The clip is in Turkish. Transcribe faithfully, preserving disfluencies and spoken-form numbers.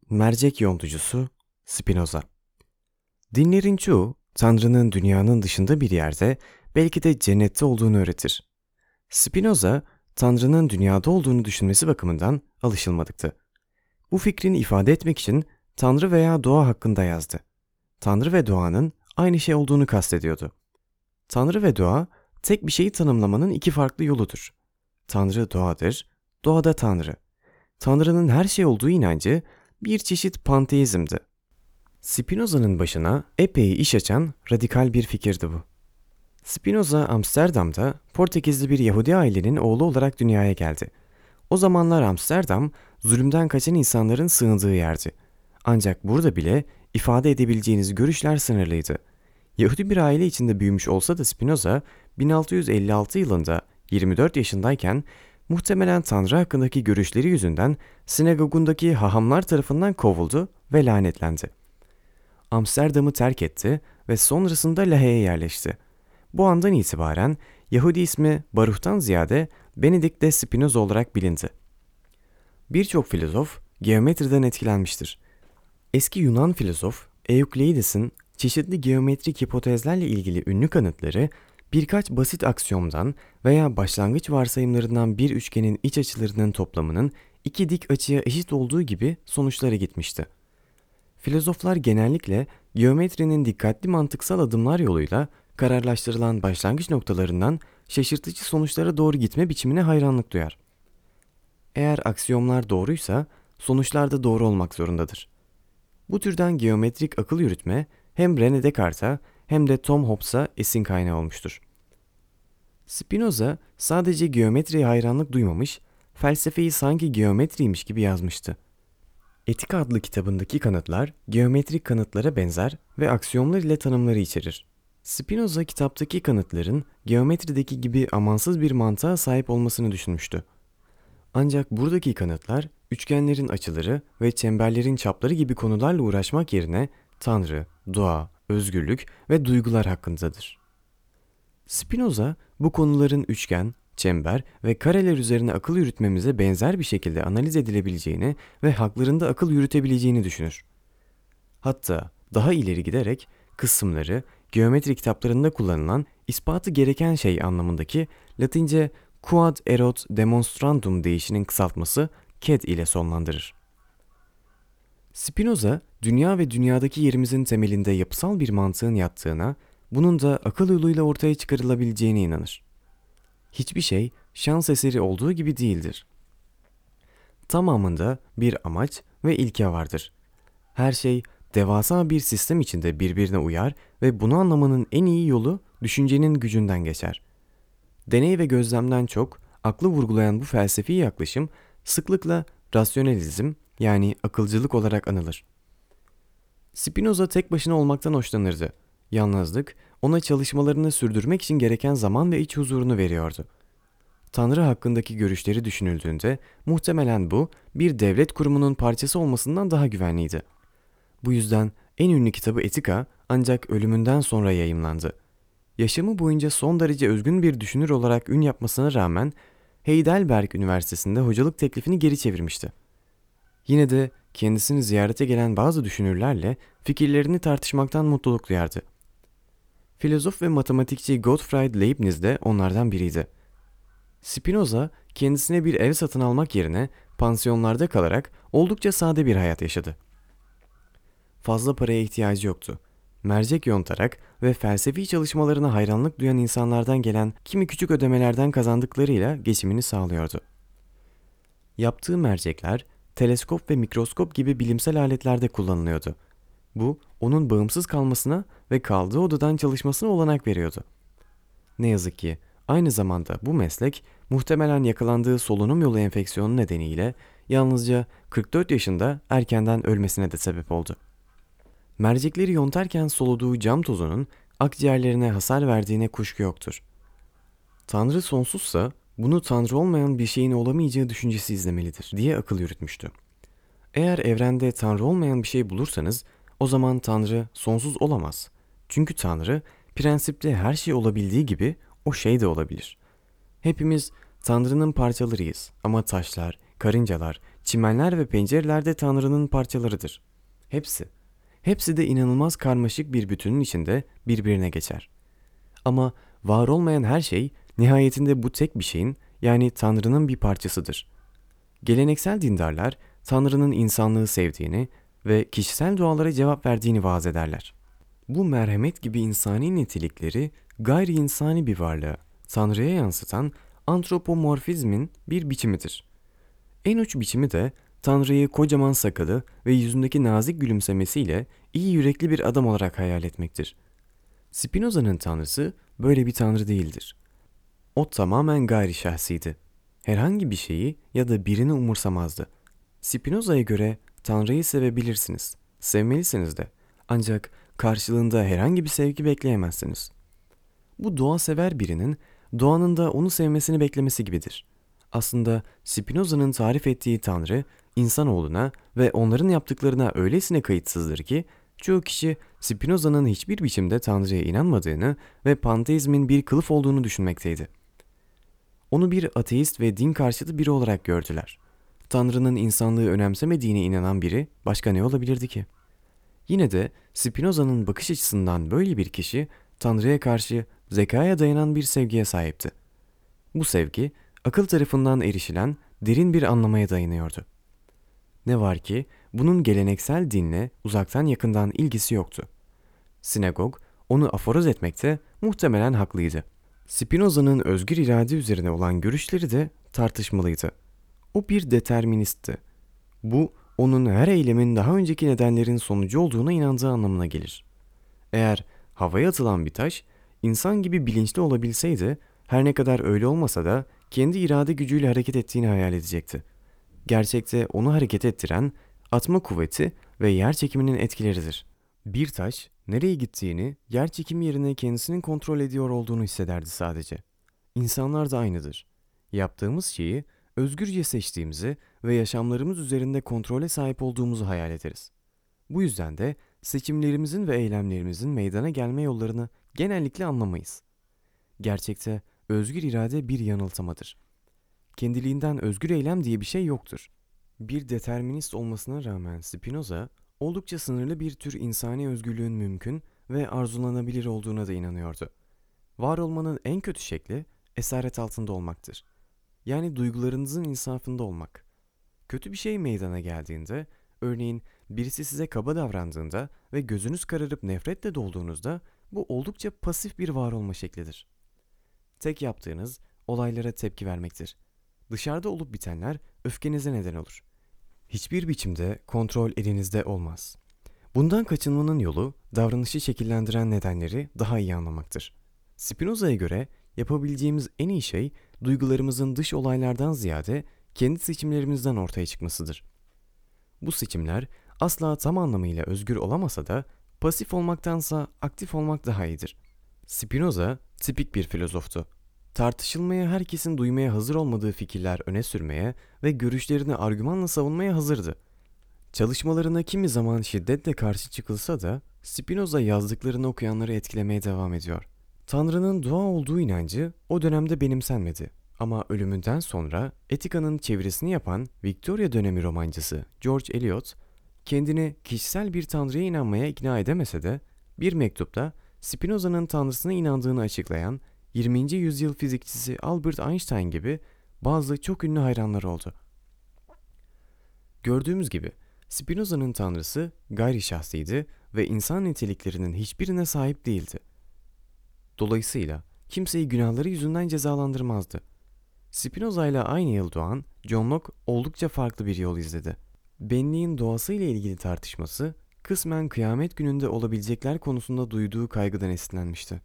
Mercek yontucusu Spinoza. Dinlerin çoğu Tanrı'nın dünyanın dışında bir yerde, belki de cennette olduğunu öğretir. Spinoza, Tanrı'nın dünyada olduğunu düşünmesi bakımından alışılmadıktı. Bu fikrini ifade etmek için Tanrı veya doğa hakkında yazdı. Tanrı ve doğanın aynı şey olduğunu kastediyordu. Tanrı ve doğa, tek bir şeyi tanımlamanın iki farklı yoludur. Tanrı doğadır, doğa da Tanrı. Tanrı'nın her şey olduğu inancı bir çeşit panteizmdi. Spinoza'nın başına epey iş açan radikal bir fikirdi bu. Spinoza, Amsterdam'da Portekizli bir Yahudi ailenin oğlu olarak dünyaya geldi. O zamanlar Amsterdam, zulümden kaçan insanların sığındığı yerdi. Ancak burada bile ifade edebileceğiniz görüşler sınırlıydı. Yahudi bir aile içinde büyümüş olsa da Spinoza, bin altı yüz elli altı yılında yirmi dört yaşındayken muhtemelen Tanrı hakkındaki görüşleri yüzünden sinagogundaki hahamlar tarafından kovuldu ve lanetlendi. Amsterdam'ı terk etti ve sonrasında Lahey'e yerleşti. Bu andan itibaren Yahudi ismi Baruch'tan ziyade Benedict de Spinoza olarak bilindi. Birçok filozof geometriden etkilenmiştir. Eski Yunan filozof Euklides'in çeşitli geometrik hipotezlerle ilgili ünlü kanıtları, birkaç basit aksiyomdan veya başlangıç varsayımlarından bir üçgenin iç açılarının toplamının iki dik açıya eşit olduğu gibi sonuçlara gitmişti. Filozoflar genellikle geometrinin dikkatli mantıksal adımlar yoluyla kararlaştırılan başlangıç noktalarından şaşırtıcı sonuçlara doğru gitme biçimine hayranlık duyar. Eğer aksiyomlar doğruysa sonuçlar da doğru olmak zorundadır. Bu türden geometrik akıl yürütme hem René Descartes'a hem de Tom Hobbes'a esin kaynağı olmuştur. Spinoza sadece geometriye hayranlık duymamış, felsefeyi sanki geometriymiş gibi yazmıştı. Etika adlı kitabındaki kanıtlar geometrik kanıtlara benzer ve aksiyomlar ile tanımları içerir. Spinoza kitaptaki kanıtların geometrideki gibi amansız bir mantığa sahip olmasını düşünmüştü. Ancak buradaki kanıtlar üçgenlerin açıları ve çemberlerin çapları gibi konularla uğraşmak yerine Tanrı, doğa, özgürlük ve duygular hakkındadır. Spinoza bu konuların üçgen, çember ve kareler üzerine akıl yürütmemize benzer bir şekilde analiz edilebileceğini ve haklarında akıl yürütebileceğini düşünür. Hatta daha ileri giderek kısımları geometri kitaplarında kullanılan ispatı gereken şey anlamındaki Latince quod erat demonstrandum deyişinin kısaltması Q E D ile sonlandırır. Spinoza, dünya ve dünyadaki yerimizin temelinde yapısal bir mantığın yattığına, bunun da akıl yoluyla ortaya çıkarılabileceğine inanır. Hiçbir şey şans eseri olduğu gibi değildir. Tamamında bir amaç ve ilke vardır. Her şey devasa bir sistem içinde birbirine uyar ve bunu anlamanın en iyi yolu düşüncenin gücünden geçer. Deney ve gözlemden çok aklı vurgulayan bu felsefi yaklaşım sıklıkla rasyonalizm, yani akılcılık olarak anılır. Spinoza tek başına olmaktan hoşlanırdı. Yalnızlık ona çalışmalarını sürdürmek için gereken zaman ve iç huzurunu veriyordu. Tanrı hakkındaki görüşleri düşünüldüğünde muhtemelen bu bir devlet kurumunun parçası olmasından daha güvenliydi. Bu yüzden en ünlü kitabı Etika ancak ölümünden sonra yayımlandı. Yaşamı boyunca son derece özgün bir düşünür olarak ün yapmasına rağmen Heidelberg Üniversitesi'nde hocalık teklifini geri çevirmişti. Yine de kendisini ziyarete gelen bazı düşünürlerle fikirlerini tartışmaktan mutluluk duyardı. Filozof ve matematikçi Gottfried Leibniz de onlardan biriydi. Spinoza kendisine bir ev satın almak yerine pansiyonlarda kalarak oldukça sade bir hayat yaşadı. Fazla paraya ihtiyacı yoktu. Mercek yontarak ve felsefi çalışmalarına hayranlık duyan insanlardan gelen kimi küçük ödemelerden kazandıklarıyla geçimini sağlıyordu. Yaptığı mercekler, teleskop ve mikroskop gibi bilimsel aletlerde kullanılıyordu. Bu, onun bağımsız kalmasına ve kaldığı odadan çalışmasına olanak veriyordu. Ne yazık ki aynı zamanda bu meslek muhtemelen yakalandığı solunum yolu enfeksiyonu nedeniyle yalnızca kırk dört yaşında erkenden ölmesine de sebep oldu. Mercekleri yontarken soluduğu cam tozunun akciğerlerine hasar verdiğine kuşku yoktur. Tanrı sonsuzsa bunu Tanrı olmayan bir şeyin olamayacağı düşüncesi izlemelidir diye akıl yürütmüştü. Eğer evrende Tanrı olmayan bir şey bulursanız o zaman Tanrı sonsuz olamaz. Çünkü Tanrı prensipte her şey olabildiği gibi o şey de olabilir. Hepimiz Tanrı'nın parçalarıyız ama taşlar, karıncalar, çimenler ve pencereler de Tanrı'nın parçalarıdır. Hepsi. Hepsi de inanılmaz karmaşık bir bütünün içinde birbirine geçer. Ama var olmayan her şey nihayetinde bu tek bir şeyin, yani Tanrı'nın bir parçasıdır. Geleneksel dindarlar Tanrı'nın insanlığı sevdiğini ve kişisel dualara cevap verdiğini vaaz ederler. Bu merhamet gibi insani nitelikleri gayri insani bir varlığa, Tanrı'ya yansıtan antropomorfizmin bir biçimidir. En uç biçimi de Tanrı'yı kocaman sakalı ve yüzündeki nazik gülümsemesiyle iyi yürekli bir adam olarak hayal etmektir. Spinoza'nın Tanrısı böyle bir Tanrı değildir. O tamamen gayri şahsiydi. Herhangi bir şeyi ya da birini umursamazdı. Spinoza'ya göre Tanrı'yı sevebilirsiniz, sevmelisiniz de. Ancak karşılığında herhangi bir sevgi bekleyemezsiniz. Bu doğa sever birinin doğanın da onu sevmesini beklemesi gibidir. Aslında Spinoza'nın tarif ettiği Tanrı, insanoğluna ve onların yaptıklarına öylesine kayıtsızdır ki, çoğu kişi Spinoza'nın hiçbir biçimde Tanrı'ya inanmadığını ve panteizmin bir kılıf olduğunu düşünmekteydi. Onu bir ateist ve din karşıtı biri olarak gördüler. Tanrı'nın insanlığı önemsemediğine inanan biri başka ne olabilirdi ki? Yine de Spinoza'nın bakış açısından böyle bir kişi Tanrı'ya karşı zekaya dayanan bir sevgiye sahipti. Bu sevgi akıl tarafından erişilen derin bir anlamaya dayanıyordu. Ne var ki bunun geleneksel dinle uzaktan yakından ilgisi yoktu. Sinagog onu aforoz etmekte muhtemelen haklıydı. Spinoza'nın özgür irade üzerine olan görüşleri de tartışmalıydı. O bir deterministti. Bu, onun her eylemin daha önceki nedenlerin sonucu olduğuna inandığı anlamına gelir. Eğer havaya atılan bir taş, insan gibi bilinçli olabilseydi, her ne kadar öyle olmasa da kendi irade gücüyle hareket ettiğini hayal edecekti. Gerçekte onu hareket ettiren, atma kuvveti ve yer çekiminin etkileridir. Bir taş, nereye gittiğini, yer çekimi yerine kendisinin kontrol ediyor olduğunu hissederdi sadece. İnsanlar da aynıdır. Yaptığımız şeyi özgürce seçtiğimizi ve yaşamlarımız üzerinde kontrole sahip olduğumuzu hayal ederiz. Bu yüzden de seçimlerimizin ve eylemlerimizin meydana gelme yollarını genellikle anlamayız. Gerçekte özgür irade bir yanılsamadır. Kendiliğinden özgür eylem diye bir şey yoktur. Bir determinist olmasına rağmen Spinoza, oldukça sınırlı bir tür insani özgürlüğün mümkün ve arzulanabilir olduğuna da inanıyordu. Var olmanın en kötü şekli esaret altında olmaktır. Yani duygularınızın insafında olmak. Kötü bir şey meydana geldiğinde, örneğin birisi size kaba davrandığında ve gözünüz kararıp nefretle dolduğunuzda, bu oldukça pasif bir var olma şeklidir. Tek yaptığınız olaylara tepki vermektir. Dışarıda olup bitenler öfkenize neden olur. Hiçbir biçimde kontrol elinizde olmaz. Bundan kaçınmanın yolu, davranışı şekillendiren nedenleri daha iyi anlamaktır. Spinoza'ya göre yapabileceğimiz en iyi şey, duygularımızın dış olaylardan ziyade kendi seçimlerimizden ortaya çıkmasıdır. Bu seçimler asla tam anlamıyla özgür olamasa da pasif olmaktansa aktif olmak daha iyidir. Spinoza tipik bir filozoftu. Tartışılmaya, herkesin duymaya hazır olmadığı fikirler öne sürmeye ve görüşlerini argümanla savunmaya hazırdı. Çalışmalarına kimi zaman şiddetle karşı çıkılsa da Spinoza yazdıklarını okuyanları etkilemeye devam ediyor. Tanrı'nın dua olduğu inancı o dönemde benimsenmedi. Ama ölümünden sonra Etika'nın çevirisini yapan Victoria dönemi romancısı George Eliot, kendini kişisel bir tanrıya inanmaya ikna edemese de bir mektupta Spinoza'nın tanrısına inandığını açıklayan yirminci yüzyıl fizikçisi Albert Einstein gibi bazı çok ünlü hayranları oldu. Gördüğümüz gibi Spinoza'nın tanrısı gayri şahsiydi ve insan niteliklerinin hiçbirine sahip değildi. Dolayısıyla kimseyi günahları yüzünden cezalandırmazdı. Spinoza ile aynı yıl doğan John Locke oldukça farklı bir yol izledi. Benliğin doğası ile ilgili tartışması kısmen kıyamet gününde olabilecekler konusunda duyduğu kaygıdan esinlenmişti.